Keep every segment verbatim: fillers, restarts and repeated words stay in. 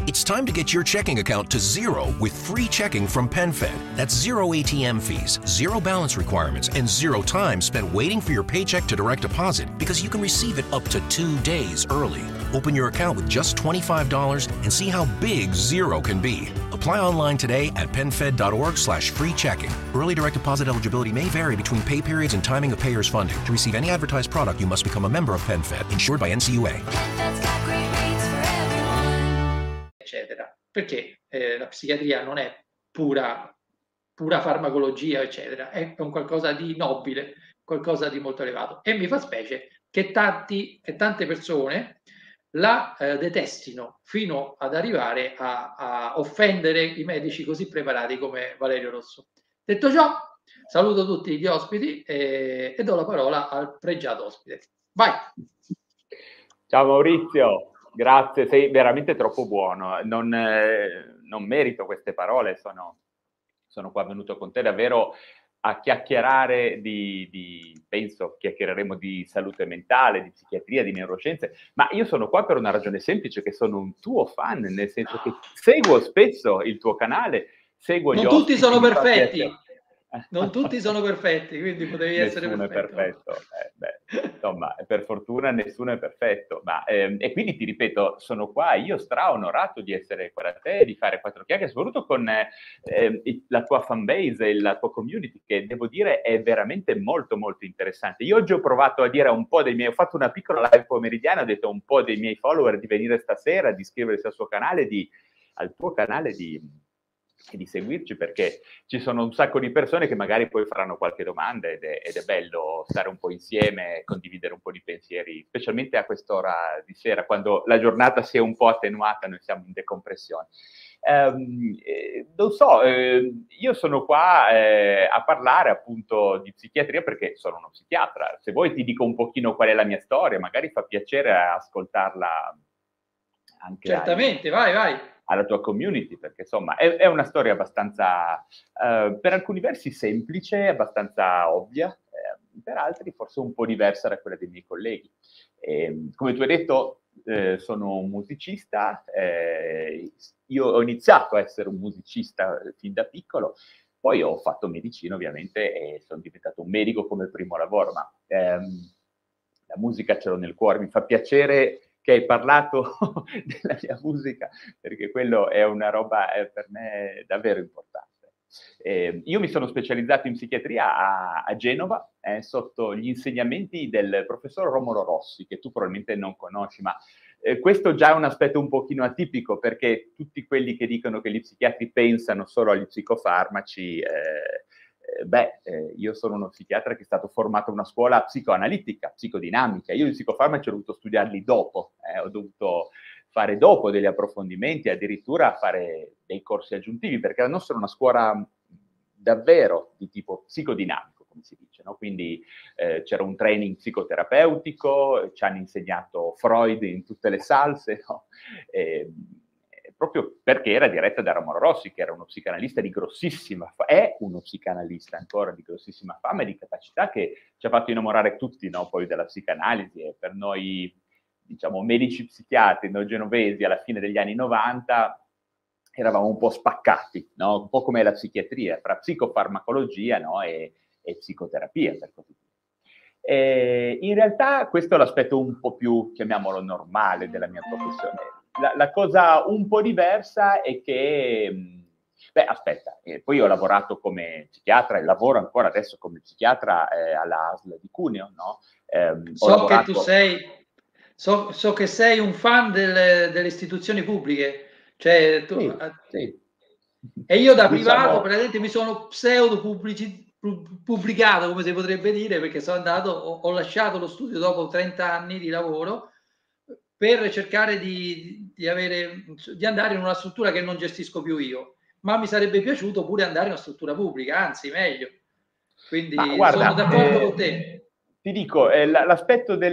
It's time to get your checking account to zero with free checking from PenFed. That's zero A T M fees, zero balance requirements, and zero time spent waiting for your paycheck to direct deposit because you can receive it up to two days early. Open your account with just twenty-five dollars and see how big zero can be. Apply online today at penfed.org slash free checking. Early direct deposit eligibility may vary between pay periods and timing of payers' funding. To receive any advertised product, you must become a member of PenFed, insured by N C U A. Eccetera. Perché eh, la psichiatria non è pura, pura farmacologia, eccetera, è un qualcosa di nobile, qualcosa di molto elevato. E mi fa specie che, tanti, che tante persone la eh, detestino fino ad arrivare a, a offendere i medici così preparati come Valerio Rosso. Detto ciò, saluto tutti gli ospiti e, e do la parola al pregiato ospite. Vai! Ciao Maurizio, grazie, sei veramente troppo buono. Non, eh, non merito queste parole, sono, sono qua venuto con te davvero a chiacchierare di, di, penso, chiacchiereremo di salute mentale, di psichiatria, di neuroscienze, ma io sono qua per una ragione semplice, che sono un tuo fan, nel senso che seguo spesso il tuo canale, seguo non gli tutti sono perfetti, piacere. Non tutti sono perfetti, quindi potevi essere Nessuno perfetto. è perfetto, eh, beh, insomma, per fortuna nessuno è perfetto, ma, ehm, e quindi ti ripeto, sono qua, io straonorato di essere qua da te, di fare quattro chiacchiere, soprattutto con eh, la tua fanbase e la tua community, che devo dire è veramente molto molto interessante. Io oggi ho provato a dire a un po' dei miei, ho fatto una piccola live pomeridiana, ho detto a un po' dei miei follower di venire stasera, di iscriversi al suo canale, di, al tuo canale, di e di seguirci, perché ci sono un sacco di persone che magari poi faranno qualche domanda ed è, ed è bello stare un po' insieme, condividere un po' di pensieri, specialmente a quest'ora di sera, quando la giornata si è un po' attenuata, noi siamo in decompressione. Um, eh, non so, eh, io sono qua eh, a parlare appunto di psichiatria perché sono uno psichiatra. Se vuoi ti dico un pochino qual è la mia storia, magari fa piacere ascoltarla anche certamente, ai, vai, vai. alla tua community, perché insomma è, è una storia abbastanza, eh, per alcuni versi semplice, abbastanza ovvia, eh, per altri forse un po' diversa da quella dei miei colleghi. E, come tu hai detto, eh, sono un musicista, eh, io ho iniziato a essere un musicista fin da piccolo, poi ho fatto medicina ovviamente e sono diventato un medico come primo lavoro, ma ehm, la musica ce l'ho nel cuore, mi fa piacere che hai parlato della mia musica, perché quello è una roba eh, per me davvero importante. Eh, io mi sono specializzato in psichiatria a, a Genova, eh, sotto gli insegnamenti del professor Romolo Rossi, che tu probabilmente non conosci, ma eh, questo già è un aspetto un pochino atipico, perché tutti quelli che dicono che gli psichiatri pensano solo agli psicofarmaci, eh, Eh, beh, eh, io sono uno psichiatra che è stato formato in una scuola psicoanalitica, psicodinamica. Io i psicofarmaci ho dovuto studiarli dopo, eh, ho dovuto fare dopo degli approfondimenti, addirittura fare dei corsi aggiuntivi, perché la nostra è una scuola davvero di tipo psicodinamico, come si dice, no? Quindi eh, c'era un training psicoterapeutico, ci hanno insegnato Freud in tutte le salse, no? E, proprio perché era diretta da Romolo Rossi, che era uno psicanalista di grossissima fama, è uno psicanalista ancora di grossissima fama e di capacità, che ci ha fatto innamorare tutti, no? Poi della psicanalisi, e per noi, diciamo, medici psichiatri, noi genovesi, alla fine degli anni novanta, eravamo un po' spaccati, no? Un po' come la psichiatria, fra psicofarmacologia, no? e, e psicoterapia, per così dire. E in realtà questo è l'aspetto un po' più, chiamiamolo, normale della mia professione. La, la cosa un po' diversa è che, beh, aspetta, eh, poi ho lavorato come psichiatra e lavoro ancora adesso come psichiatra eh, alla A S L di Cuneo, no? Eh, so lavorato... che tu sei, so, so che sei un fan delle, delle istituzioni pubbliche, cioè tu, sì, sì. E io da diciamo... privato praticamente mi sono pseudo pubblici, pubblicato, come si potrebbe dire, perché sono andato, ho, ho lasciato lo studio dopo trenta anni di lavoro per cercare di, di, avere, di andare in una struttura che non gestisco più io, ma mi sarebbe piaciuto pure andare in una struttura pubblica, anzi meglio. Quindi ma guarda, sono d'accordo eh, con te. Ti dico, eh, l'aspetto del,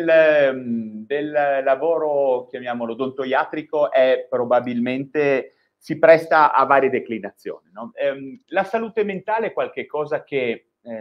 del lavoro, chiamiamolo odontoiatrico, è probabilmente, si presta a varie declinazioni, no? Eh, la salute mentale è qualche cosa che eh,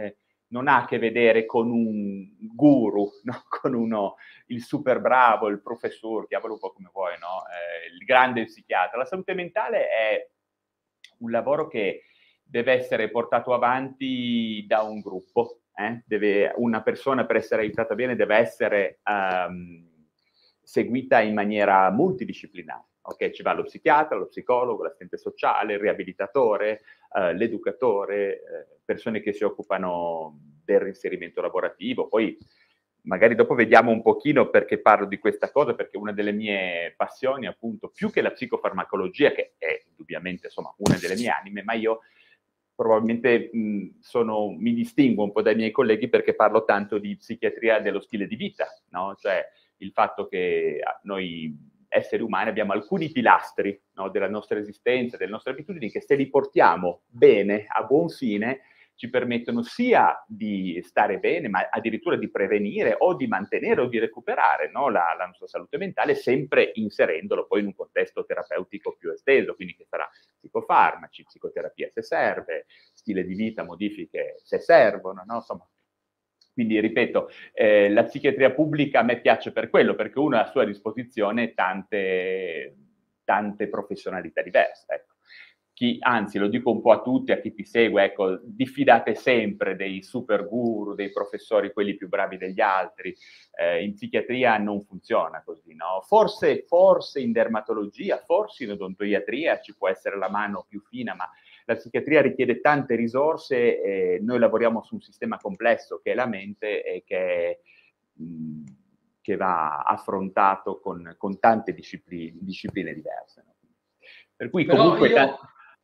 non ha a che vedere con un guru, no? Con uno, il super bravo, il professore, chiamalo un po' come vuoi, no? Eh, il grande psichiatra. La salute mentale è un lavoro che deve essere portato avanti da un gruppo. Eh? Deve, una persona, per essere aiutata bene, deve essere um, seguita in maniera multidisciplinare. Okay? Ci va lo psichiatra, lo psicologo, l'assistente sociale, il riabilitatore, uh, l'educatore, eh, persone che si occupano del reinserimento lavorativo. Poi magari dopo vediamo un pochino perché parlo di questa cosa, perché una delle mie passioni, appunto, più che la psicofarmacologia, che è indubbiamente, insomma, una delle mie anime, ma io probabilmente mh, sono, mi distingo un po' dai miei colleghi perché parlo tanto di psichiatria dello stile di vita, no? Cioè il fatto che noi esseri umani abbiamo alcuni pilastri, no, della nostra esistenza, delle nostre abitudini, che se li portiamo bene, a buon fine, ci permettono sia di stare bene, ma addirittura di prevenire o di mantenere o di recuperare, no, la, la nostra salute mentale, sempre inserendolo poi in un contesto terapeutico più esteso, quindi che sarà psicofarmaci, psicoterapia se serve, stile di vita, modifiche se servono, no? Insomma. Quindi, ripeto, eh, la psichiatria pubblica a me piace per quello, perché uno ha a sua disposizione tante, tante professionalità diverse, ecco. Chi, anzi, lo dico un po' a tutti, a chi ti segue, ecco, diffidate sempre dei super guru, dei professori, quelli più bravi degli altri. Eh, in psichiatria non funziona così, no? Forse, forse in dermatologia, forse in odontoiatria ci può essere la mano più fina, ma la psichiatria richiede tante risorse e noi lavoriamo su un sistema complesso che è la mente e che, mh, che va affrontato con, con tante discipline, discipline diverse, no? Per cui Però comunque... io...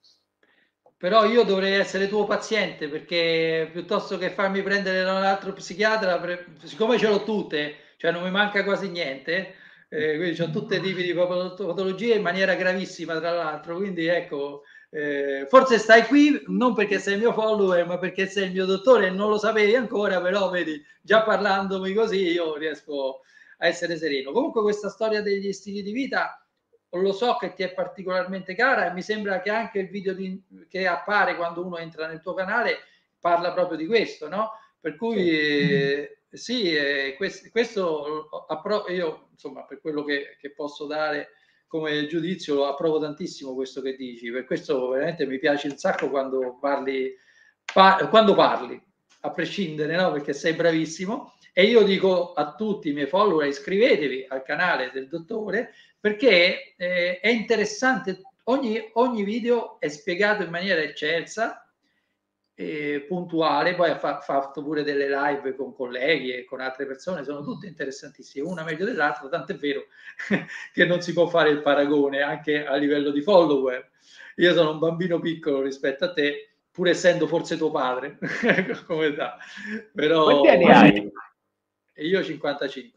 Però io dovrei essere tuo paziente, perché piuttosto che farmi prendere da un altro psichiatra, pre- siccome ce l'ho tutte, cioè non mi manca quasi niente, eh, quindi ho tutti i tipi di patologie in maniera gravissima, tra l'altro, quindi ecco, eh, forse stai qui non perché sei il mio follower, ma perché sei il mio dottore e non lo sapevi ancora, però vedi, già parlandomi così io riesco a essere sereno. Comunque questa storia degli stili di vita... lo so che ti è particolarmente cara e mi sembra che anche il video di, che appare quando uno entra nel tuo canale parla proprio di questo, no? Per cui eh, sì, eh, questo, questo appro- io insomma per quello che, che posso dare come giudizio lo approvo tantissimo questo che dici, per questo veramente mi piace un sacco quando parli, pa- quando parli, a prescindere, no? Perché sei bravissimo e io dico a tutti i miei follower iscrivetevi al canale del dottore, perché eh, è interessante, ogni, ogni video è spiegato in maniera eccelsa, eh, puntuale, poi ha fa, fatto pure delle live con colleghi e con altre persone, sono tutte interessantissime, una meglio dell'altra, tant'è vero che non si può fare il paragone anche a livello di follower. Io sono un bambino piccolo rispetto a te, pur essendo forse tuo padre, come età. Però... Quanti anni hai? E io cinquantacinque.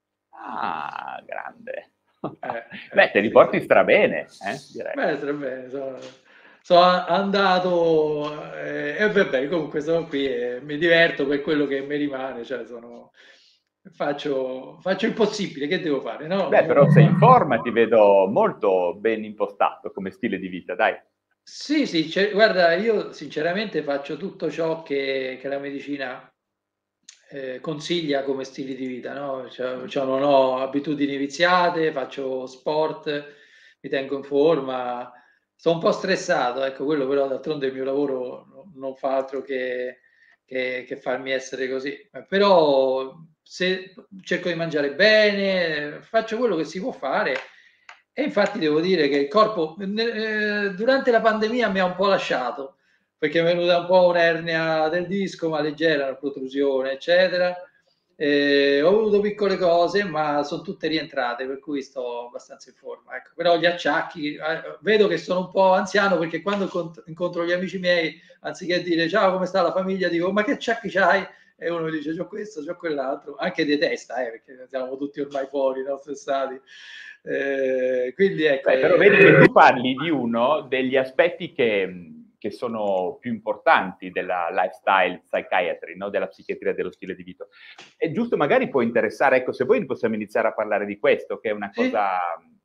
Ah, grande. Eh, Beh, te li sì, porti sì. strabene, eh, direi. Beh, strabene, sono, sono andato eh, e vabbè, comunque sono qui e mi diverto per quello che mi rimane, cioè sono, faccio, faccio il possibile, che devo fare, no? Beh, però sei in forma, ti vedo molto ben impostato come stile di vita, dai. Sì, sì, cioè, guarda, io sinceramente faccio tutto ciò che, che la medicina eh, consiglia come stili di vita, no? Cioè, cioè non ho abitudini viziate, faccio sport, mi tengo in forma, sono un po' stressato, ecco, quello però d'altronde il mio lavoro no- non fa altro che, che- che farmi essere così. Però se cerco di mangiare bene, faccio quello che si può fare e infatti devo dire che il corpo eh, durante la pandemia mi ha un po' lasciato perché è venuta un po' un'ernia del disco, ma leggera, una protrusione, eccetera. Eh, ho avuto piccole cose, ma sono tutte rientrate, per cui sto abbastanza in forma. Ecco. Però gli acciacchi, eh, vedo che sono un po' anziano perché quando incontro gli amici miei, anziché dire ciao, come sta la famiglia, dico ma che acciacchi c'hai? E uno mi dice c'ho questo, c'ho quell'altro, anche di testa, eh, perché siamo tutti ormai fuori, no? Stressati. Eh, quindi ecco. Beh, però Eh, vedi che tu parli di uno degli aspetti che, che sono più importanti della lifestyle psychiatry, no? Della psichiatria dello stile di vita. È giusto, magari può interessare, ecco, se voi possiamo iniziare a parlare di questo, che è una sì? cosa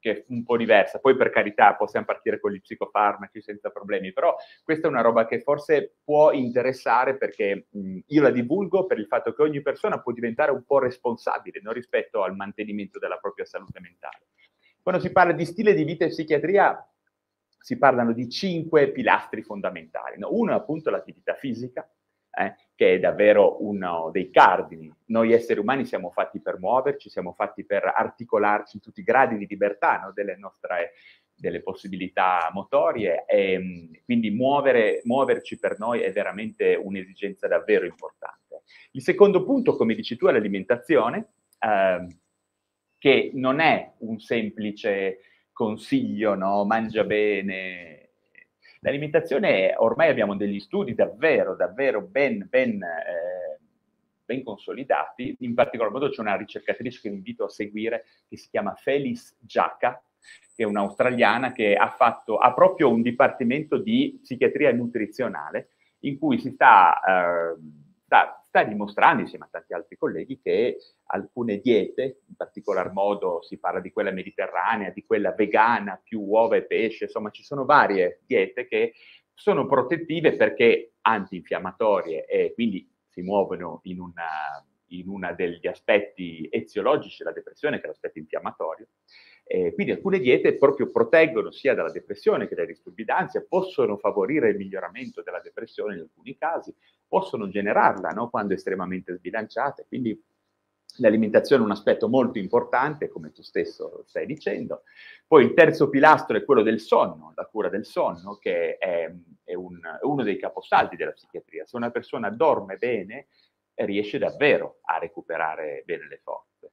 che è un po' diversa. Poi per carità possiamo partire con gli psicofarmaci senza problemi, però questa è una roba che forse può interessare perché mh, io la divulgo per il fatto che ogni persona può diventare un po' responsabile, no, rispetto al mantenimento della propria salute mentale. Quando si parla di stile di vita e psichiatria si parlano di cinque pilastri fondamentali, no? Uno è appunto l'attività fisica, Eh, che è davvero uno dei cardini. Noi esseri umani siamo fatti per muoverci, siamo fatti per articolarci in tutti i gradi di libertà, no? delle nostre delle possibilità motorie, e quindi muovere, muoverci per noi è veramente un'esigenza davvero importante. Il secondo punto, come dici tu, è l'alimentazione, eh, che non è un semplice consiglio, no? Mangia bene. L'alimentazione, ormai abbiamo degli studi davvero, davvero ben, ben, eh, ben consolidati. In particolar modo c'è una ricercatrice che vi invito a seguire, che si chiama Felice Giacca, che è un'australiana che ha fatto, ha proprio un dipartimento di psichiatria nutrizionale, in cui si sta, eh, sta, sta dimostrando, insieme a tanti altri colleghi, che alcune diete, in particolar modo si parla di quella mediterranea, di quella vegana, più uova e pesce, insomma ci sono varie diete che sono protettive perché antinfiammatorie e quindi si muovono in una, in una degli aspetti eziologici della depressione, che è l'aspetto infiammatorio. Eh, quindi alcune diete proprio proteggono sia dalla depressione che dai disturbi d'ansia, possono favorire il miglioramento della depressione in alcuni casi, possono generarla, no, quando estremamente sbilanciate, quindi l'alimentazione è un aspetto molto importante, come tu stesso stai dicendo. Poi il terzo pilastro è quello del sonno, la cura del sonno, che è, è, un, è uno dei caposaldi della psichiatria. Se una persona dorme bene, riesce davvero a recuperare bene le forze.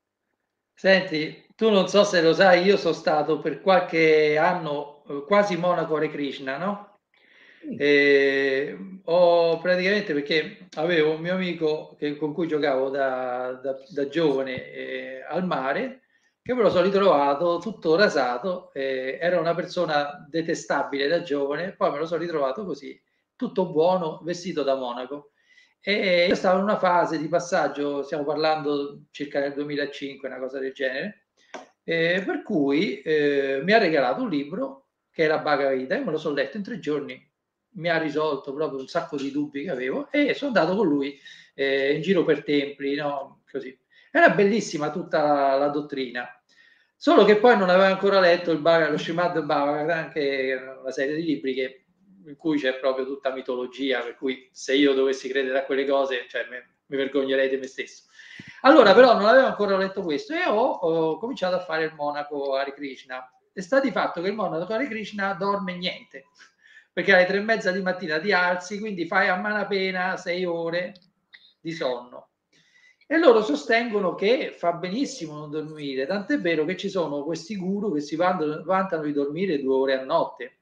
Senti, tu non so se lo sai, io sono stato per qualche anno eh, quasi monaco Hare Krishna, no? E ho praticamente, perché avevo un mio amico che, con cui giocavo da, da, da giovane eh, al mare, che me lo sono ritrovato tutto rasato, eh, era una persona detestabile da giovane, poi me lo sono ritrovato così, tutto buono, vestito da monaco. E io stavo in una fase di passaggio, stiamo parlando circa nel duemilacinque, una cosa del genere, eh, per cui eh, mi ha regalato un libro che è la Bhagavad Gita, e me lo sono letto in tre giorni, mi ha risolto proprio un sacco di dubbi che avevo e sono andato con lui eh, in giro per templi, no? Così. Era bellissima tutta la, la dottrina, solo che poi non aveva ancora letto il Bhagavad, lo Srimad Bhagavatam, che è una serie di libri che in cui c'è proprio tutta mitologia, per cui se io dovessi credere a quelle cose, cioè, me, mi vergognerei di me stesso. Allora, però, non avevo ancora letto questo e ho, ho cominciato a fare il monaco Hare Krishna. E sta di fatto che il monaco Hare Krishna dorme niente, perché alle tre e mezza di mattina ti alzi, quindi fai a malapena sei ore di sonno. E loro sostengono che fa benissimo non dormire, tant'è vero che ci sono questi guru che si vantano, vantano di dormire due ore a notte.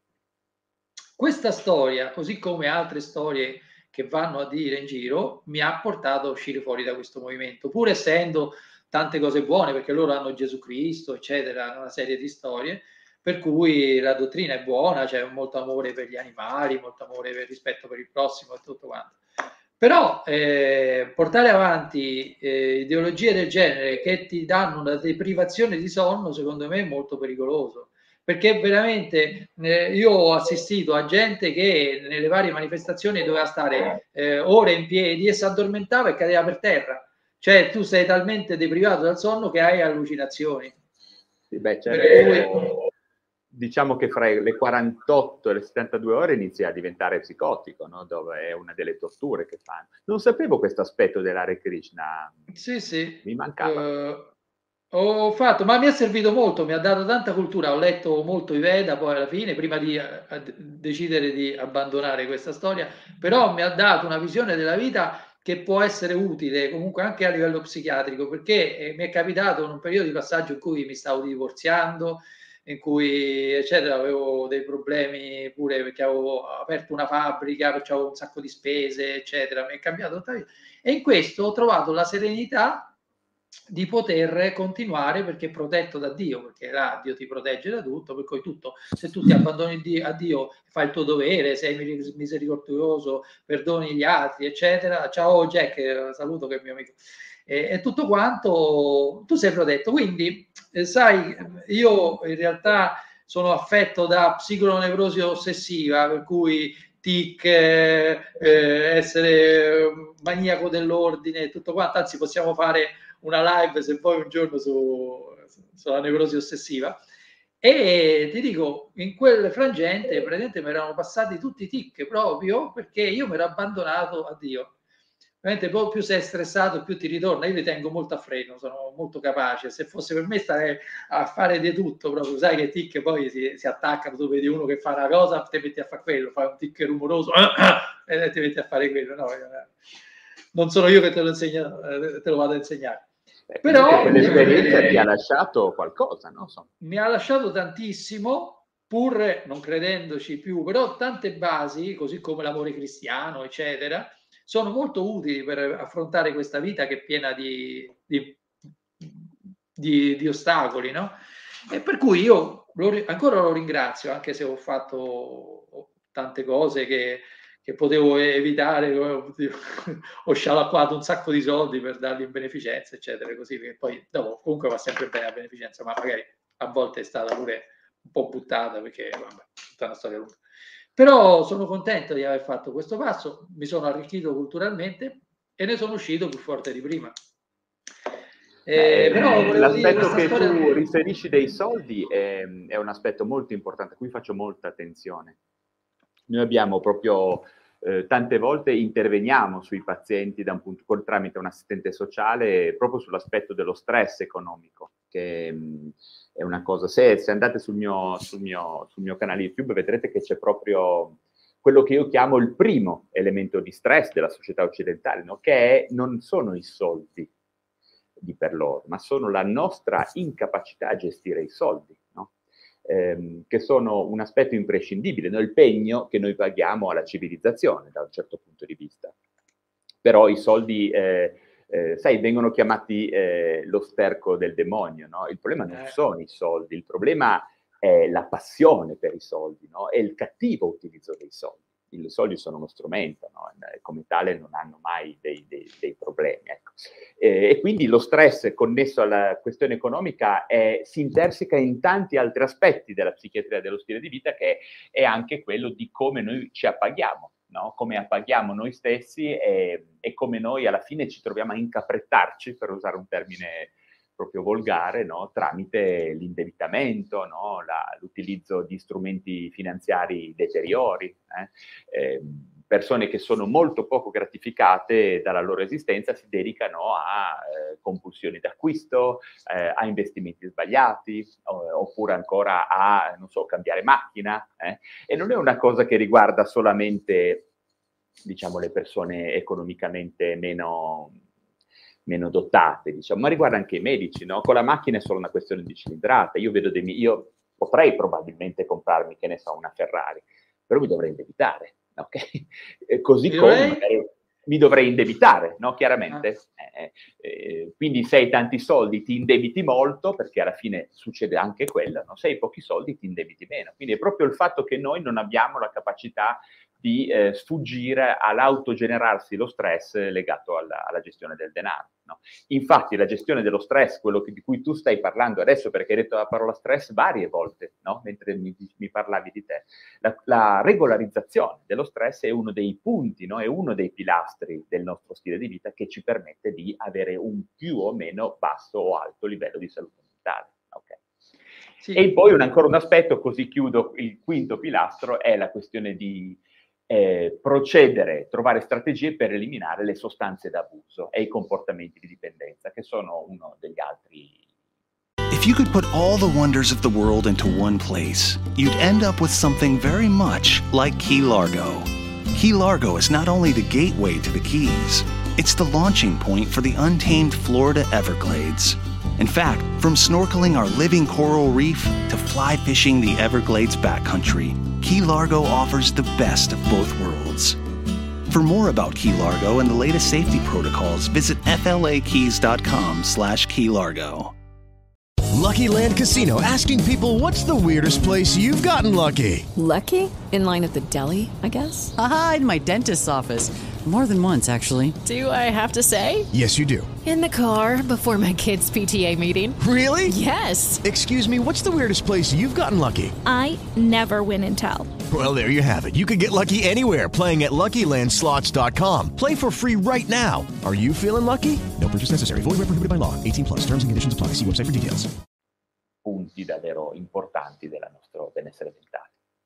Questa storia, così come altre storie che vanno a dire in giro, mi ha portato a uscire fuori da questo movimento, pur essendo tante cose buone, perché loro hanno Gesù Cristo, eccetera, una serie di storie, per cui la dottrina è buona, c'è molto amore per gli animali, molto amore per rispetto per il prossimo e tutto quanto. Però eh, portare avanti eh, ideologie del genere che ti danno una deprivazione di sonno, secondo me è molto pericoloso. Perché veramente eh, io ho assistito a gente che nelle varie manifestazioni doveva stare eh, ore in piedi e si addormentava e cadeva per terra. Cioè tu sei talmente deprivato dal sonno che hai allucinazioni. Sì, beh, certo. Cui... Diciamo che fra le quarantotto e le settantadue ore inizia a diventare psicotico, no? Dove è una delle torture che fanno. Non sapevo questo aspetto dell'Hare Krishna. Sì, sì. Mi mancava. Uh... Ho fatto, ma mi ha servito molto, mi ha dato tanta cultura, ho letto molto i Veda poi alla fine, prima di a, a decidere di abbandonare questa storia, però mi ha dato una visione della vita che può essere utile comunque anche a livello psichiatrico, perché eh, mi è capitato in un periodo di passaggio in cui mi stavo divorziando, in cui eccetera, avevo dei problemi pure perché avevo aperto una fabbrica, perciò avevo un sacco di spese, eccetera, mi è cambiato tutta la vita. E in questo ho trovato la serenità di poter continuare, perché protetto da Dio, perché là Dio ti protegge da tutto, per cui tutto, se tu ti abbandoni a Dio, fai il tuo dovere, sei misericordioso, perdoni gli altri, eccetera. Ciao Jack, saluto che è il mio amico. e, e tutto quanto, tu sei protetto. Quindi, eh, sai, io in realtà sono affetto da psiconeurosi ossessiva, per cui tic, eh, essere maniaco dell'ordine e tutto quanto, anzi possiamo fare una live se vuoi un giorno su, sulla nevrosi ossessiva. E ti dico, in quel frangente praticamente mi erano passati tutti i tic proprio perché io mi ero abbandonato a Dio. Ovviamente più sei stressato più ti ritorna. Io li tengo molto a freno, sono molto capace. Se fosse per me stare a fare di tutto proprio, sai che tic poi si, si attaccano, tu vedi uno che fa una cosa, ti metti a fare quello, fai un tic rumoroso e ti metti a fare quello. No, non sono io che te lo insegno, te lo vado a insegnare. Eh, però quell'esperienza eh, ti ha lasciato qualcosa, no? So. Mi ha lasciato tantissimo, pur non credendoci più, però tante basi, così come l'amore cristiano, eccetera, sono molto utili per affrontare questa vita che è piena di, di, di, di ostacoli, no? E per cui io lo, ancora lo ringrazio, anche se ho fatto tante cose che che potevo evitare, ho scialacquato un sacco di soldi per darli in beneficenza, eccetera, così, perché poi dopo comunque va sempre bene la beneficenza, ma magari a volte è stata pure un po' buttata, perché vabbè, tutta una storia lunga. Però sono contento di aver fatto questo passo, mi sono arricchito culturalmente e ne sono uscito più forte di prima. Eh, però l'aspetto che storia... tu riferisci dei soldi è, è un aspetto molto importante, a cui faccio molta attenzione. Noi abbiamo proprio eh, tante volte interveniamo sui pazienti da un punto, tramite un assistente sociale proprio sull'aspetto dello stress economico, che mh, è una cosa. Se, se andate sul mio, sul, mio, sul mio canale YouTube vedrete che c'è proprio quello che io chiamo il primo elemento di stress della società occidentale, no? Che è, non sono i soldi di per loro, ma sono la nostra incapacità a gestire i soldi, no? Ehm, che sono un aspetto imprescindibile, no? Il pegno che noi paghiamo alla civilizzazione da un certo punto di vista. Però i soldi, eh, eh, sai, vengono chiamati eh, lo sterco del demonio, no? Il problema non sono i soldi, il problema è la passione per i soldi, no? È il cattivo utilizzo dei soldi. I soldi sono uno strumento, no? Come tale non hanno mai dei, dei, dei problemi. Ecco. Eh, e quindi lo stress connesso alla questione economica è, si interseca in tanti altri aspetti della psichiatria dello stile di vita, che è, è anche quello di come noi ci appaghiamo, no? Come appaghiamo noi stessi e, e come noi alla fine ci troviamo a incaprettarci, per usare un termine proprio volgare, no? Tramite l'indebitamento, no? La, l'utilizzo di strumenti finanziari deteriori, eh? Eh, persone che sono molto poco gratificate dalla loro esistenza si dedicano a eh, compulsioni d'acquisto, eh, a investimenti sbagliati, o, oppure ancora a, non so, cambiare macchina, eh? E non è una cosa che riguarda solamente, diciamo, le persone economicamente meno... meno dotate, diciamo, ma riguarda anche i medici, no? Con la macchina è solo una questione di cilindrata. Io vedo dei, io potrei probabilmente comprarmi, che ne so, una Ferrari, però mi dovrei indebitare, ok? E così mi come magari mi dovrei indebitare, no? Chiaramente. Ah. Eh, eh, quindi se hai tanti soldi ti indebiti molto, perché alla fine succede anche quello, no? Se hai pochi soldi ti indebiti meno. Quindi è proprio il fatto che noi non abbiamo la capacità di eh, sfuggire all'autogenerarsi lo stress legato alla, alla gestione del denaro, no? Infatti la gestione dello stress, quello che, di cui tu stai parlando adesso, perché hai detto la parola stress varie volte, no? Mentre mi, mi parlavi di te, la, la regolarizzazione dello stress è uno dei punti, no? È uno dei pilastri del nostro stile di vita che ci permette di avere un più o meno basso o alto livello di salute mentale. Okay. Sì. E poi un, ancora un aspetto, così chiudo il quinto pilastro, è la questione di Eh, procedere, trovare strategie per eliminare le sostanze d'abuso e i comportamenti di dipendenza, che sono uno degli altri. If you could put all the wonders of the world into one place, you'd end up with something very much like Key Largo. Key Largo is not only the gateway to the Keys, it's the launching point for the untamed Florida Everglades. In fact, from snorkeling our living coral reef to fly fishing the Everglades backcountry, Key Largo offers the best of both worlds. For more about Key Largo and the latest safety protocols, visit flakeys.com slash Key Largo. Lucky Land Casino, asking people, what's the weirdest place you've gotten lucky? Lucky? In line at the deli, I guess? Aha, in my dentist's office. More than once, actually. Do I have to say? Yes, you do. In the car before my kids' P T A meeting. Really? Yes. Excuse me, what's the weirdest place you've gotten lucky? I never win and tell. Well, there you have it. You can get lucky anywhere, playing at Lucky Land Slots dot com. Play for free right now. Are you feeling lucky? No purchase necessary. Void where prohibited by law. eighteen plus. Terms and conditions apply. See website for details. Punti davvero importanti del nostro benessere mentale.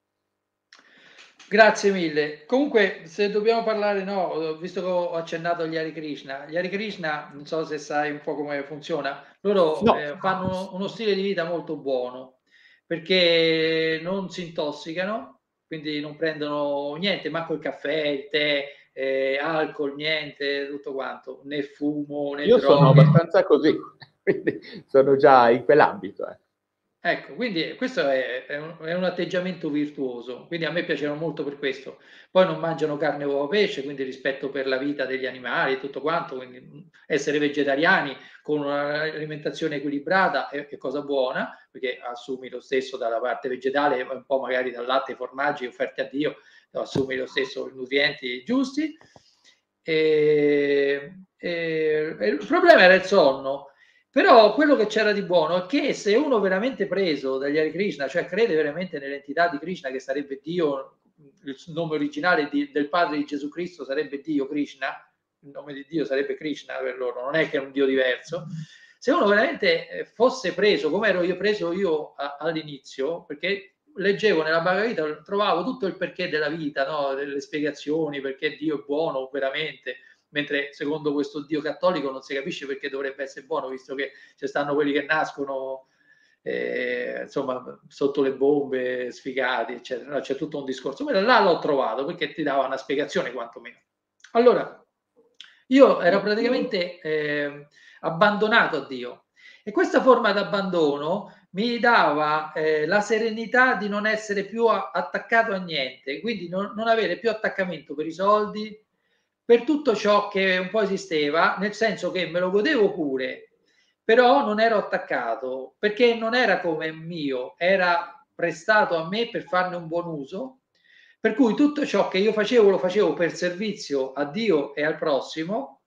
Grazie mille. Comunque, se dobbiamo parlare, no, visto che ho accennato agli Hare Krishna, gli Hare Krishna, non so se sai un po' come funziona, loro No. eh, fanno uno stile di vita molto buono, perché non si intossicano, quindi non prendono niente, manco il caffè, il tè, eh, alcol, niente, tutto quanto, né fumo, né Io sono droghe. abbastanza così, quindi sono già in quell'ambito. Eh. Ecco, quindi questo è, è, un, è un atteggiamento virtuoso, quindi a me piacciono molto per questo. Poi non mangiano carne, uova, pesce, quindi rispetto per la vita degli animali e tutto quanto, quindi essere vegetariani con un'alimentazione equilibrata è, è cosa buona, perché assumi lo stesso dalla parte vegetale, un po' magari dal latte e formaggi offerti a Dio, assumi lo stesso i nutrienti giusti. E, e, e il problema era il sonno. Però quello che c'era di buono è che se uno veramente preso dagli Hare Krishna, cioè crede veramente nell'entità di Krishna, che sarebbe Dio, il nome originale di, del padre di Gesù Cristo sarebbe Dio Krishna, il nome di Dio sarebbe Krishna per loro, non è che è un Dio diverso. Se uno veramente fosse preso, come ero io preso io a, all'inizio, perché leggevo nella Bhagavad Gita, trovavo tutto il perché della vita, no? Delle spiegazioni, perché Dio è buono veramente, mentre secondo questo Dio cattolico non si capisce perché dovrebbe essere buono, visto che ci stanno quelli che nascono eh, insomma sotto le bombe, sfigati, eccetera. No, c'è tutto un discorso. Ma là l'ho trovato perché ti dava una spiegazione quantomeno. Allora, io ero praticamente eh, abbandonato a Dio, e questa forma d'abbandono mi dava eh, la serenità di non essere più a- attaccato a niente, quindi non, non avere più attaccamento per i soldi, per tutto ciò che un po' esisteva, nel senso che me lo godevo pure, però non ero attaccato, perché non era come mio, era prestato a me per farne un buon uso, per cui tutto ciò che io facevo lo facevo per servizio a Dio e al prossimo,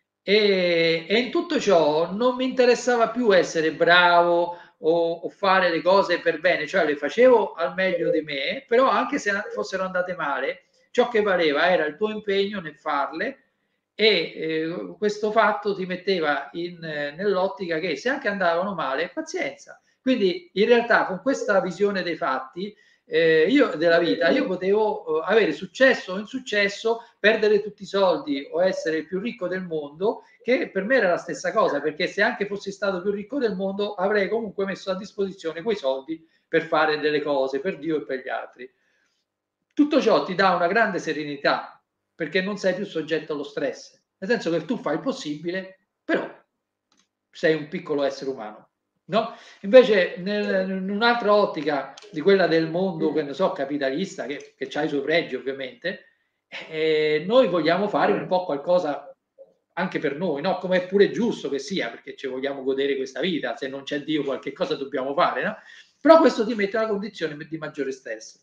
e, e in tutto ciò non mi interessava più essere bravo o, o fare le cose per bene, cioè le facevo al meglio di me, però anche se fossero andate male, ciò che valeva era il tuo impegno nel farle, e eh, questo fatto ti metteva in, eh, nell'ottica che se anche andavano male, pazienza. Quindi in realtà con questa visione dei fatti, eh, io della vita, io potevo eh, avere successo o insuccesso, perdere tutti i soldi o essere il più ricco del mondo, che per me era la stessa cosa, perché se anche fossi stato più ricco del mondo avrei comunque messo a disposizione quei soldi per fare delle cose per Dio e per gli altri. Tutto ciò ti dà una grande serenità, perché non sei più soggetto allo stress, nel senso che tu fai il possibile, però sei un piccolo essere umano, no? Invece nel, in un'altra ottica di quella del mondo, che ne so, capitalista, che, che ha i suoi pregi ovviamente, eh, noi vogliamo fare un po' qualcosa anche per noi, no? Come è pure giusto che sia, perché ci vogliamo godere questa vita, se non c'è Dio qualche cosa dobbiamo fare, no? Però questo ti mette in una condizione di maggiore stress.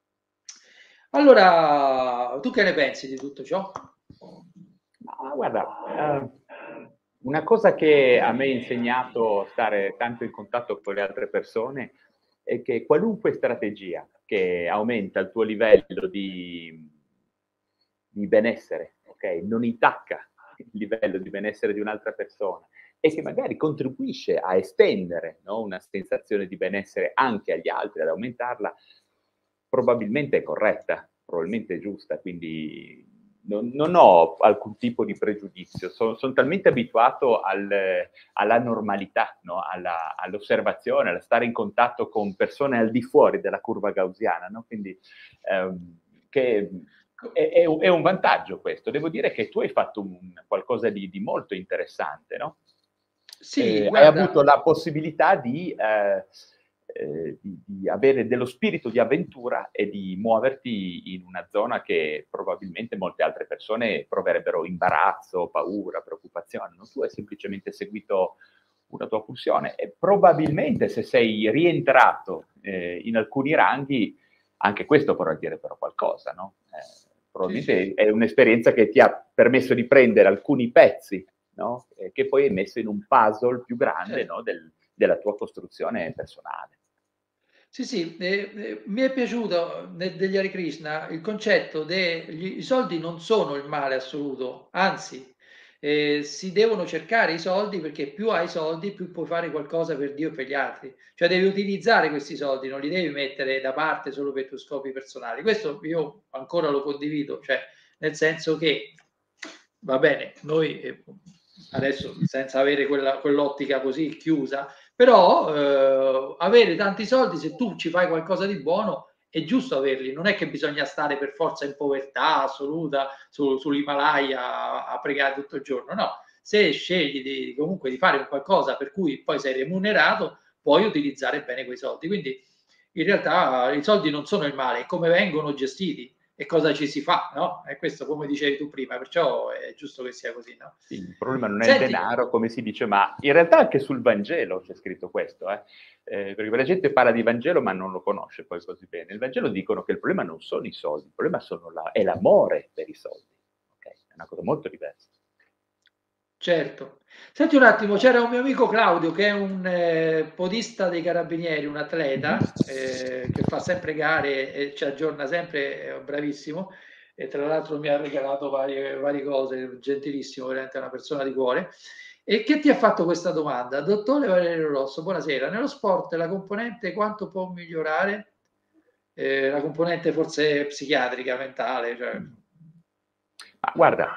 Allora, tu che ne pensi di tutto ciò? Ma guarda, uh, una cosa che a me ha insegnato stare tanto in contatto con le altre persone è che qualunque strategia che aumenta il tuo livello di, di benessere, ok, non intacca il livello di benessere di un'altra persona e che magari contribuisce a estendere, no, una sensazione di benessere anche agli altri, ad aumentarla, probabilmente è corretta, probabilmente è giusta, quindi non, non ho alcun tipo di pregiudizio, sono, sono talmente abituato al, alla normalità, no? alla, all'osservazione, a stare in contatto con persone al di fuori della curva gaussiana, no? Quindi ehm, che è, è, un, è un vantaggio questo. Devo dire che tu hai fatto un, qualcosa di, di molto interessante, no? Sì, eh, hai avuto la possibilità di... Eh, Eh, di, di avere dello spirito di avventura e di muoverti in una zona che probabilmente molte altre persone proverebbero imbarazzo, paura, preoccupazione. No? Tu hai semplicemente seguito una tua pulsione e probabilmente se sei rientrato eh, in alcuni ranghi Anche questo vorrà dire però qualcosa, no? Eh, probabilmente Sì, sì. è un'esperienza che ti ha permesso di prendere alcuni pezzi, no? Eh, che poi hai messo in un puzzle più grande, Certo. no? Del- della tua costruzione personale. Sì, sì, eh, eh, mi è piaciuto nel- degli Hare Krishna il concetto degli i soldi non sono il male assoluto, anzi, eh, si devono cercare i soldi perché più hai soldi, più puoi fare qualcosa per Dio e per gli altri. Cioè devi utilizzare questi soldi, non li devi mettere da parte solo per i tuoi scopi personali. Questo io ancora lo condivido, cioè nel senso che va bene, noi eh, adesso senza avere quella, quell'ottica così chiusa, però eh, avere tanti soldi, se tu ci fai qualcosa di buono, è giusto averli, non è che bisogna stare per forza in povertà assoluta su, sull'Himalaya a, a pregare tutto il giorno, no, se scegli di, comunque di fare un qualcosa per cui poi sei remunerato, puoi utilizzare bene quei soldi, quindi in realtà i soldi non sono il male, è come vengono gestiti e cosa ci si fa, no? E questo come dicevi tu prima, perciò è giusto che sia così, no? Sì, il problema non è il Senti, denaro, come si dice, ma in realtà anche sul Vangelo c'è scritto questo, eh? Eh, perché la gente parla di Vangelo ma non lo conosce poi così bene. Nel Vangelo dicono che il problema non sono i soldi, il problema sono la- è l'amore per i soldi. Ok? È una cosa molto diversa. certo. Senti un attimo, c'era un mio amico Claudio che è un eh, podista dei carabinieri, un atleta eh, che fa sempre gare e ci aggiorna sempre, è bravissimo e tra l'altro mi ha regalato varie, varie cose, gentilissimo, veramente una persona di cuore. E che ti ha fatto questa domanda? Dottore Valerio Rosso, buonasera. Nello sport la componente quanto può migliorare? Eh, la componente forse psichiatrica, mentale, cioè... Ma guarda,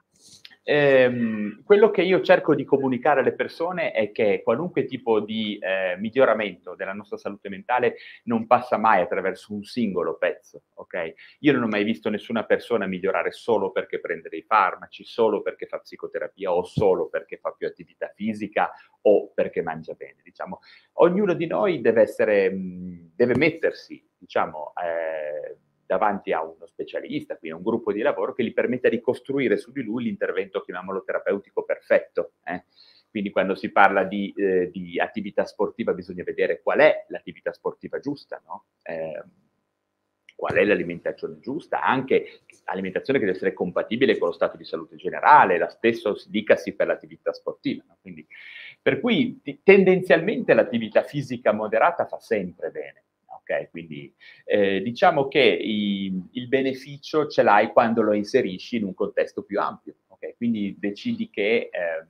ehm, quello che io cerco di comunicare alle persone è che qualunque tipo di eh, miglioramento della nostra salute mentale non passa mai attraverso un singolo pezzo, ok? Io non ho mai visto nessuna persona migliorare solo perché prende dei farmaci, solo perché fa psicoterapia o solo perché fa più attività fisica o perché mangia bene, diciamo. Ognuno di noi deve essere, mh, deve mettersi, diciamo, eh, davanti a uno specialista, quindi a un gruppo di lavoro che gli permetta di costruire su di lui l'intervento, chiamiamolo terapeutico, perfetto. Eh? Quindi quando si parla di, eh, di attività sportiva bisogna vedere qual è l'attività sportiva giusta, no? Eh, qual è l'alimentazione giusta, anche alimentazione che deve essere compatibile con lo stato di salute generale, la stessa dicasi per l'attività sportiva. No? Quindi, per cui t- tendenzialmente l'attività fisica moderata fa sempre bene. Okay? Quindi eh, diciamo che i, il beneficio ce l'hai quando lo inserisci in un contesto più ampio. Okay? Quindi decidi che eh,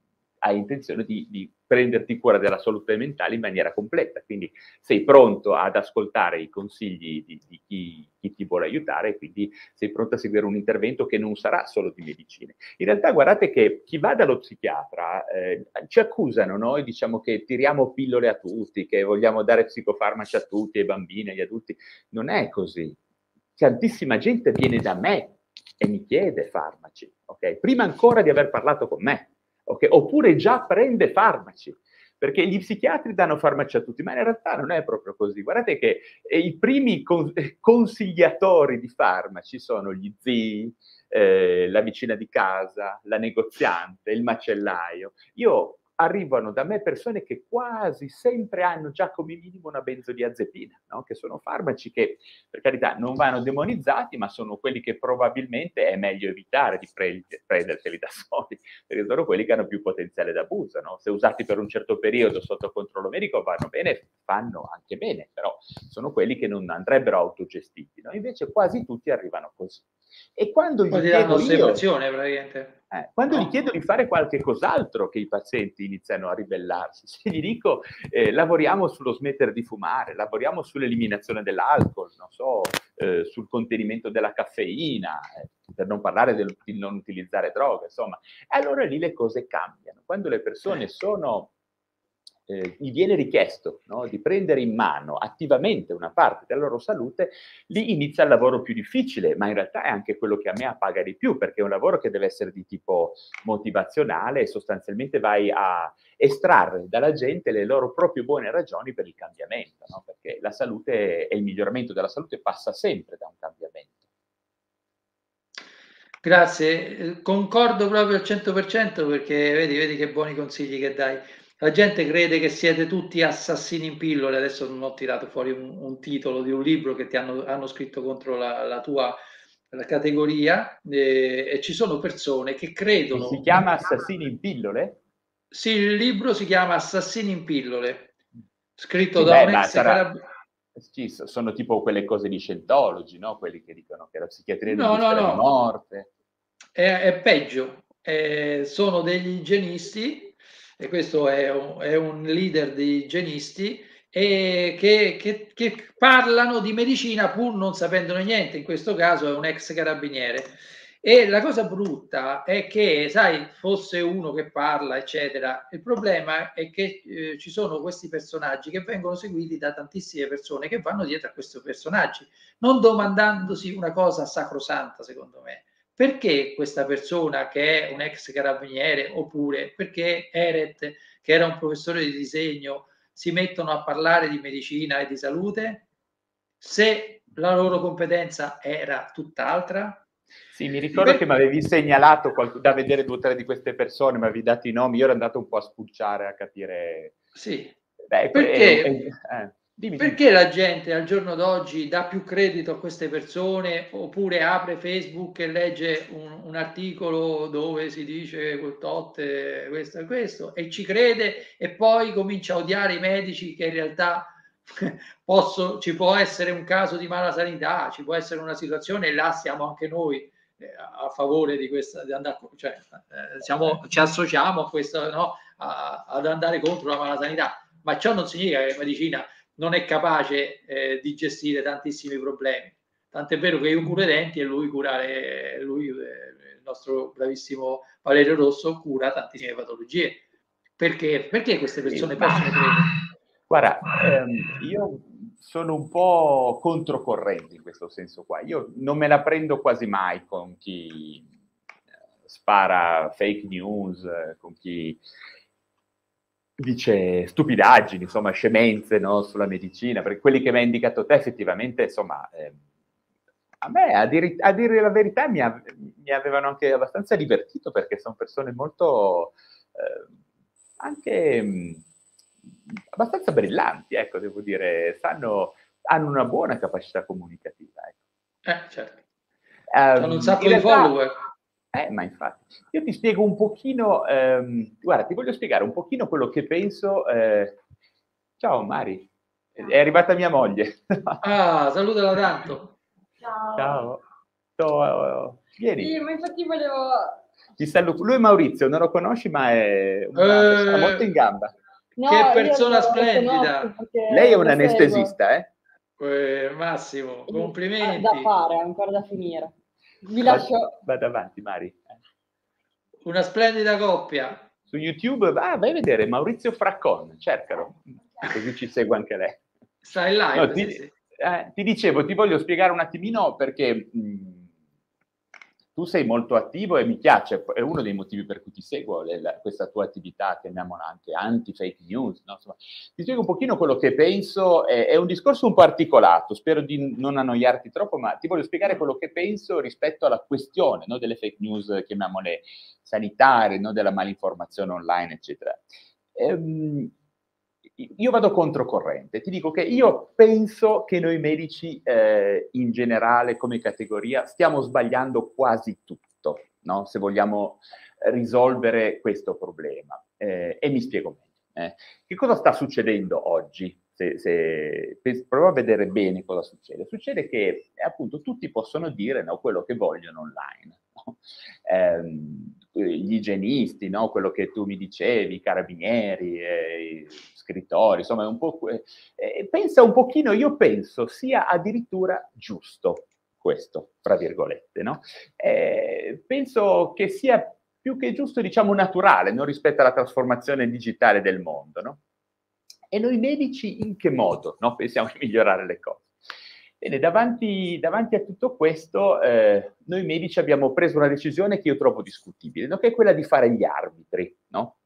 hai intenzione di, di prenderti cura della salute mentale in maniera completa, quindi sei pronto ad ascoltare i consigli di, di chi, chi ti vuole aiutare e quindi sei pronto a seguire un intervento che non sarà solo di medicine. In realtà guardate che chi va dallo psichiatra eh, ci accusano noi, diciamo che tiriamo pillole a tutti, che vogliamo dare psicofarmaci a tutti, ai bambini, agli adulti. Non è così. Tantissima gente viene da me e mi chiede farmaci, ok? Prima ancora di aver parlato con me. Okay? Oppure già prende farmaci, perché gli psichiatri danno farmaci a tutti, ma in realtà non è proprio così. Guardate che eh, i primi con- consigliatori di farmaci sono gli zii, eh, la vicina di casa, la negoziante, il macellaio. Io arrivano da me persone che quasi sempre hanno già come minimo una benzodiazepina, no? Che sono farmaci che, per carità, non vanno demonizzati, ma sono quelli che probabilmente è meglio evitare di pre- prenderseli da soli, perché sono quelli che hanno più potenziale d'abuso, no? Se usati per un certo periodo sotto controllo medico vanno bene, fanno anche bene, però sono quelli che non andrebbero autogestiti, no? Invece quasi tutti arrivano così. E quando Poi gli ti danno chiedo io... osservazione praticamente. Eh, quando No? gli chiedo di fare qualche cos'altro che i pazienti iniziano a ribellarsi, se gli dico eh, lavoriamo sullo smettere di fumare, lavoriamo sull'eliminazione dell'alcol, non so, eh, sul contenimento della caffeina, eh, per non parlare del, di non utilizzare droga, insomma, allora lì le cose cambiano. Quando le persone sono... Eh, gli viene richiesto, no, di prendere in mano attivamente una parte della loro salute, lì inizia il lavoro più difficile, ma in realtà è anche quello che a me appaga di più, perché è un lavoro che deve essere di tipo motivazionale e sostanzialmente vai a estrarre dalla gente le loro proprie buone ragioni per il cambiamento, no? Perché la salute e il miglioramento della salute passa sempre da un cambiamento. Grazie, eh, concordo proprio al cento per cento perché vedi, vedi che buoni consigli che dai. la gente crede che siete tutti assassini in pillole. Adesso non ho tirato fuori un, un titolo di un libro che ti hanno, hanno scritto contro la, la tua la categoria, eh, e ci sono persone che credono... Si chiama Assassini in pillole? Sì, il libro si chiama Assassini in pillole, scritto Sì, da beh, un ma ex sarà- carabiniere. Sì, so- sono tipo quelle cose di Scientology, no? Quelli che dicono che la psichiatria non No, no, esiste la no. morte. È, è peggio. Eh, sono degli igienisti, e questo è un, è un leader di igienisti, e che, che- che parlano di medicina pur non sapendone niente. In questo caso è un ex carabiniere. E la cosa brutta è che, sai, fosse uno che parla, eccetera, il problema è che eh, ci sono questi personaggi che vengono seguiti da tantissime persone che vanno dietro a questi personaggi, non domandandosi una cosa sacrosanta, secondo me. Perché questa persona che è un ex carabiniere, oppure perché Eret, che era un professore di disegno, si mettono a parlare di medicina e di salute, se la loro competenza era tutt'altra? Sì, mi ricordo Per- che mi avevi segnalato qualc- da vedere due o tre di queste persone, mi avevi dato i nomi, io ero andato un po' a spulciare, a capire... Sì, Beh, que- perché, eh, eh, dimmi, dimmi. perché la gente al giorno d'oggi dà più credito a queste persone, oppure apre Facebook e legge un, un articolo dove si dice quel tot, eh, questo e questo, e ci crede, e poi comincia a odiare i medici, che in realtà posso, ci può essere un caso di mala sanità, ci può essere una situazione, e là siamo anche noi eh, a favore di questa, di andare, cioè, eh, siamo, ci associamo a questo, no? A, ad andare contro la mala sanità, ma ciò non significa che la medicina non è capace eh, di gestire tantissimi problemi. Tant'è vero che io curo i denti e lui cura le, lui, eh, il nostro bravissimo Valerio Rosso cura tantissime patologie. Perché? Perché queste persone Sì, possono ma- credere? Guarda, ehm, io sono un po' controcorrente in questo senso qua. Io non me la prendo quasi mai con chi eh, spara fake news, eh, con chi dice stupidaggini, insomma, scemenze, no, sulla medicina, perché quelli che mi hai indicato te effettivamente, insomma, ehm, a me, a dire, a dire la verità, mi, ave- mi avevano anche abbastanza divertito, perché sono persone molto, eh, anche mh, abbastanza brillanti, ecco, devo dire, sanno, hanno una buona capacità comunicativa, ecco. Eh, certo. Ehm, Hanno un sacco in di realtà- follower. Eh, ma infatti, io ti spiego un pochino, ehm, guarda, ti voglio spiegare un pochino quello che penso. eh, Ciao Mari, è arrivata mia moglie. Ah, salutala tanto. Ciao. Ciao. Ciao, vieni. Sì, ma infatti volevo... Ti saluto. Lui è Maurizio, non lo conosci, ma è una Eh, persona molto in gamba. No, Che io persona lo- lo splendida. conosco perché Lei è un lo seguo. anestesista, eh? Eh, Massimo, Ha complimenti. da fare, ancora da finire. Vi Va- lascio... Vada avanti, Mari. Una splendida coppia. Su YouTube, ah, vai a vedere Maurizio Fraccon, cercalo, così ci segue anche lei. Stai in live. No, ti, sì, sì. eh, ti dicevo, ti voglio spiegare un attimino perché mh, tu sei molto attivo e mi piace, è uno dei motivi per cui ti seguo, le, la, questa tua attività, chiamiamola anche anti-fake news, no? Insomma, ti spiego un pochino quello che penso, è, è un discorso un po' articolato, spero di non annoiarti troppo, ma ti voglio spiegare quello che penso rispetto alla questione, no, delle fake news, chiamiamole sanitarie, no, della malinformazione online, eccetera. Ehm, io vado controcorrente, ti dico che io penso che noi medici eh, in generale come categoria stiamo sbagliando quasi tutto, no? Se vogliamo risolvere questo problema. Eh, e mi spiego meglio. Eh. Che cosa sta succedendo oggi? Se, se, proviamo a vedere bene cosa succede. Succede che eh, appunto tutti possono dire, no, quello che vogliono online. No? Eh, gli igienisti, no? Quello che tu mi dicevi, i carabinieri, eh, i scrittori, insomma, è un po', eh, pensa un pochino, io penso sia addirittura giusto questo, fra virgolette, no? Eh, penso che sia più che giusto, diciamo, naturale, no? Rispetto alla trasformazione digitale del mondo, no? E noi medici in che modo, no? Pensiamo di migliorare le cose? Bene, davanti, davanti a tutto questo, eh, noi medici abbiamo preso una decisione che io trovo discutibile, no? Che è quella di fare gli arbitri, no?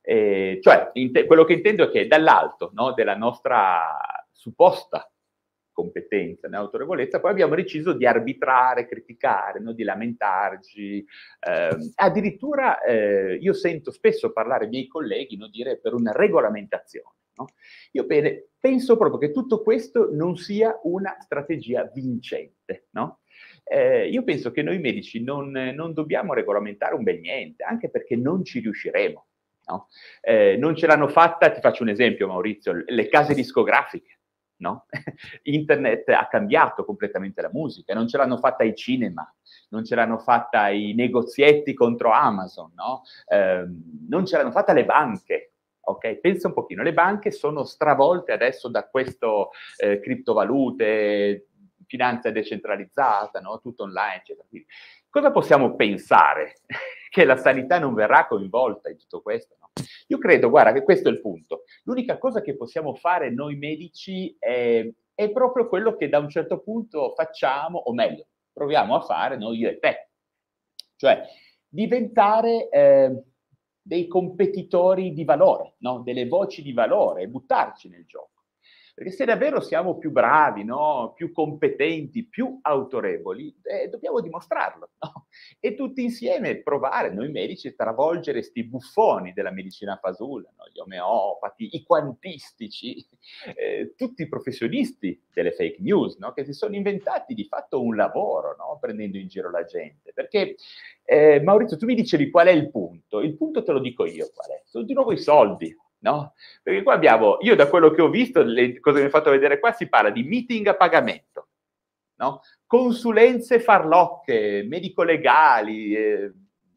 Eh, cioè, te- quello che intendo è che dall'alto, no, della nostra supposta competenza, né, autorevolezza, poi abbiamo deciso di arbitrare, criticare, no, di lamentarci. Eh, addirittura eh, io sento spesso parlare ai miei colleghi, no, dire per una regolamentazione. No? Io bene, penso proprio che tutto questo non sia una strategia vincente. No? Eh, io penso che noi medici non, non dobbiamo regolamentare un bel niente, anche perché non ci riusciremo. No? Eh, non ce l'hanno fatta, ti faccio un esempio Maurizio, le case discografiche. No? Internet ha cambiato completamente la musica, non ce l'hanno fatta i cinema, non ce l'hanno fatta i negozietti contro Amazon, no? eh, non ce l'hanno fatta le banche. Okay? Pensa un pochino, le banche sono stravolte adesso da questo eh, criptovalute, finanza decentralizzata, no? Tutto online, eccetera. Quindi, cosa possiamo pensare? Che la sanità non verrà coinvolta in tutto questo? No? Io credo, guarda, che questo è il punto. L'unica cosa che possiamo fare noi medici è, è proprio quello che da un certo punto facciamo, o meglio, proviamo a fare noi io e te. Cioè, diventare eh, dei competitori di valore, no? Delle voci di valore, e buttarci nel gioco. Perché se davvero siamo più bravi, no? Più competenti, più autorevoli, eh, dobbiamo dimostrarlo. No? E tutti insieme provare, noi medici, a travolgere sti buffoni della medicina fasulla, no? Gli omeopati, i quantistici, eh, tutti i professionisti delle fake news, no? Che si sono inventati di fatto un lavoro, no? Prendendo in giro la gente. Perché, eh, Maurizio, tu mi dicevi qual è il punto? Il punto te lo dico io qual è. Sono di nuovo i soldi. No? Perché qua abbiamo, io da quello che ho visto, le cose che mi hai fatto vedere qua, si parla di meeting a pagamento, no? Consulenze farlocche, medico-legali, eh,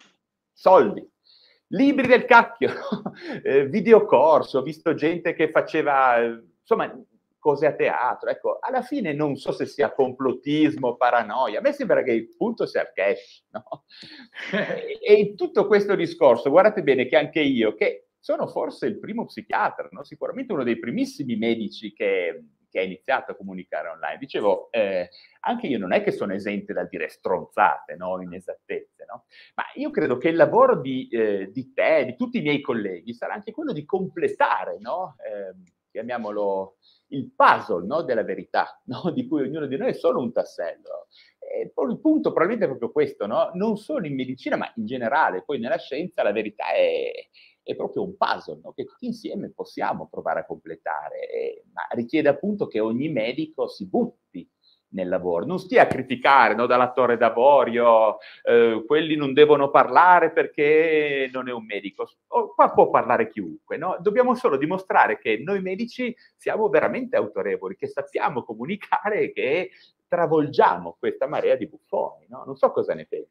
soldi, libri del cacchio, eh, videocorso, ho visto gente che faceva, eh, insomma, cose a teatro. Ecco, alla fine non so se sia complottismo, paranoia, a me sembra che il punto sia il cash, no? e, e tutto questo discorso, guardate bene che anche io, che sono forse il primo psichiatra, no? Sicuramente uno dei primissimi medici che, che ha iniziato a comunicare online. Dicevo, eh, anche io non è che sono esente dal dire stronzate, no? Inesattezze, no? Ma io credo che il lavoro di, eh, di te, di tutti i miei colleghi, sarà anche quello di completare, no? Eh, chiamiamolo il puzzle, no? Della verità, no? Di cui ognuno di noi è solo un tassello. E il punto probabilmente è proprio questo, no? Non solo in medicina, ma in generale, poi nella scienza la verità è... è proprio un puzzle, no? Che tutti insieme possiamo provare a completare, eh, ma richiede appunto che ogni medico si butti nel lavoro, non stia a criticare, no? Dalla Torre d'Avorio, eh, quelli non devono parlare perché non è un medico. Oh, qua può parlare chiunque, no? Dobbiamo solo dimostrare che noi medici siamo veramente autorevoli, che sappiamo comunicare e che travolgiamo questa marea di buffoni, no? Non so cosa ne pensi.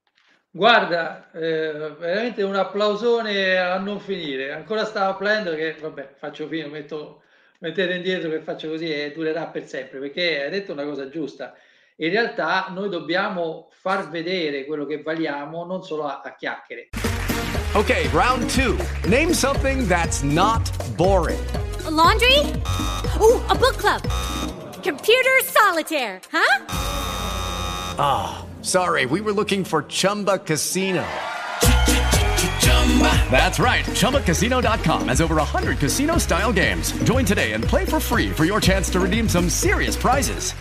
Guarda, eh, veramente un applausone a non finire. Ancora stavo applaudendo che, vabbè, faccio fine, metto, mettete indietro che faccio così e durerà per sempre, perché hai detto una cosa giusta. In realtà noi dobbiamo far vedere quello che valiamo, non solo a, a chiacchiere. Okay, round two. Name something that's not boring. A laundry? Ooh, a book club. Computer solitaire, huh? Ah. Sorry, we were looking for Chumba Casino. That's right. Chumba Casino dot com has over one hundred casino-style games. Join today and play for free for your chance to redeem some serious prizes.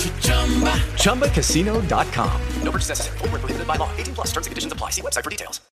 Chumba Casino dot com. No purchase necessary. Void where prohibited by law. eighteen plus terms and conditions apply. See website for details.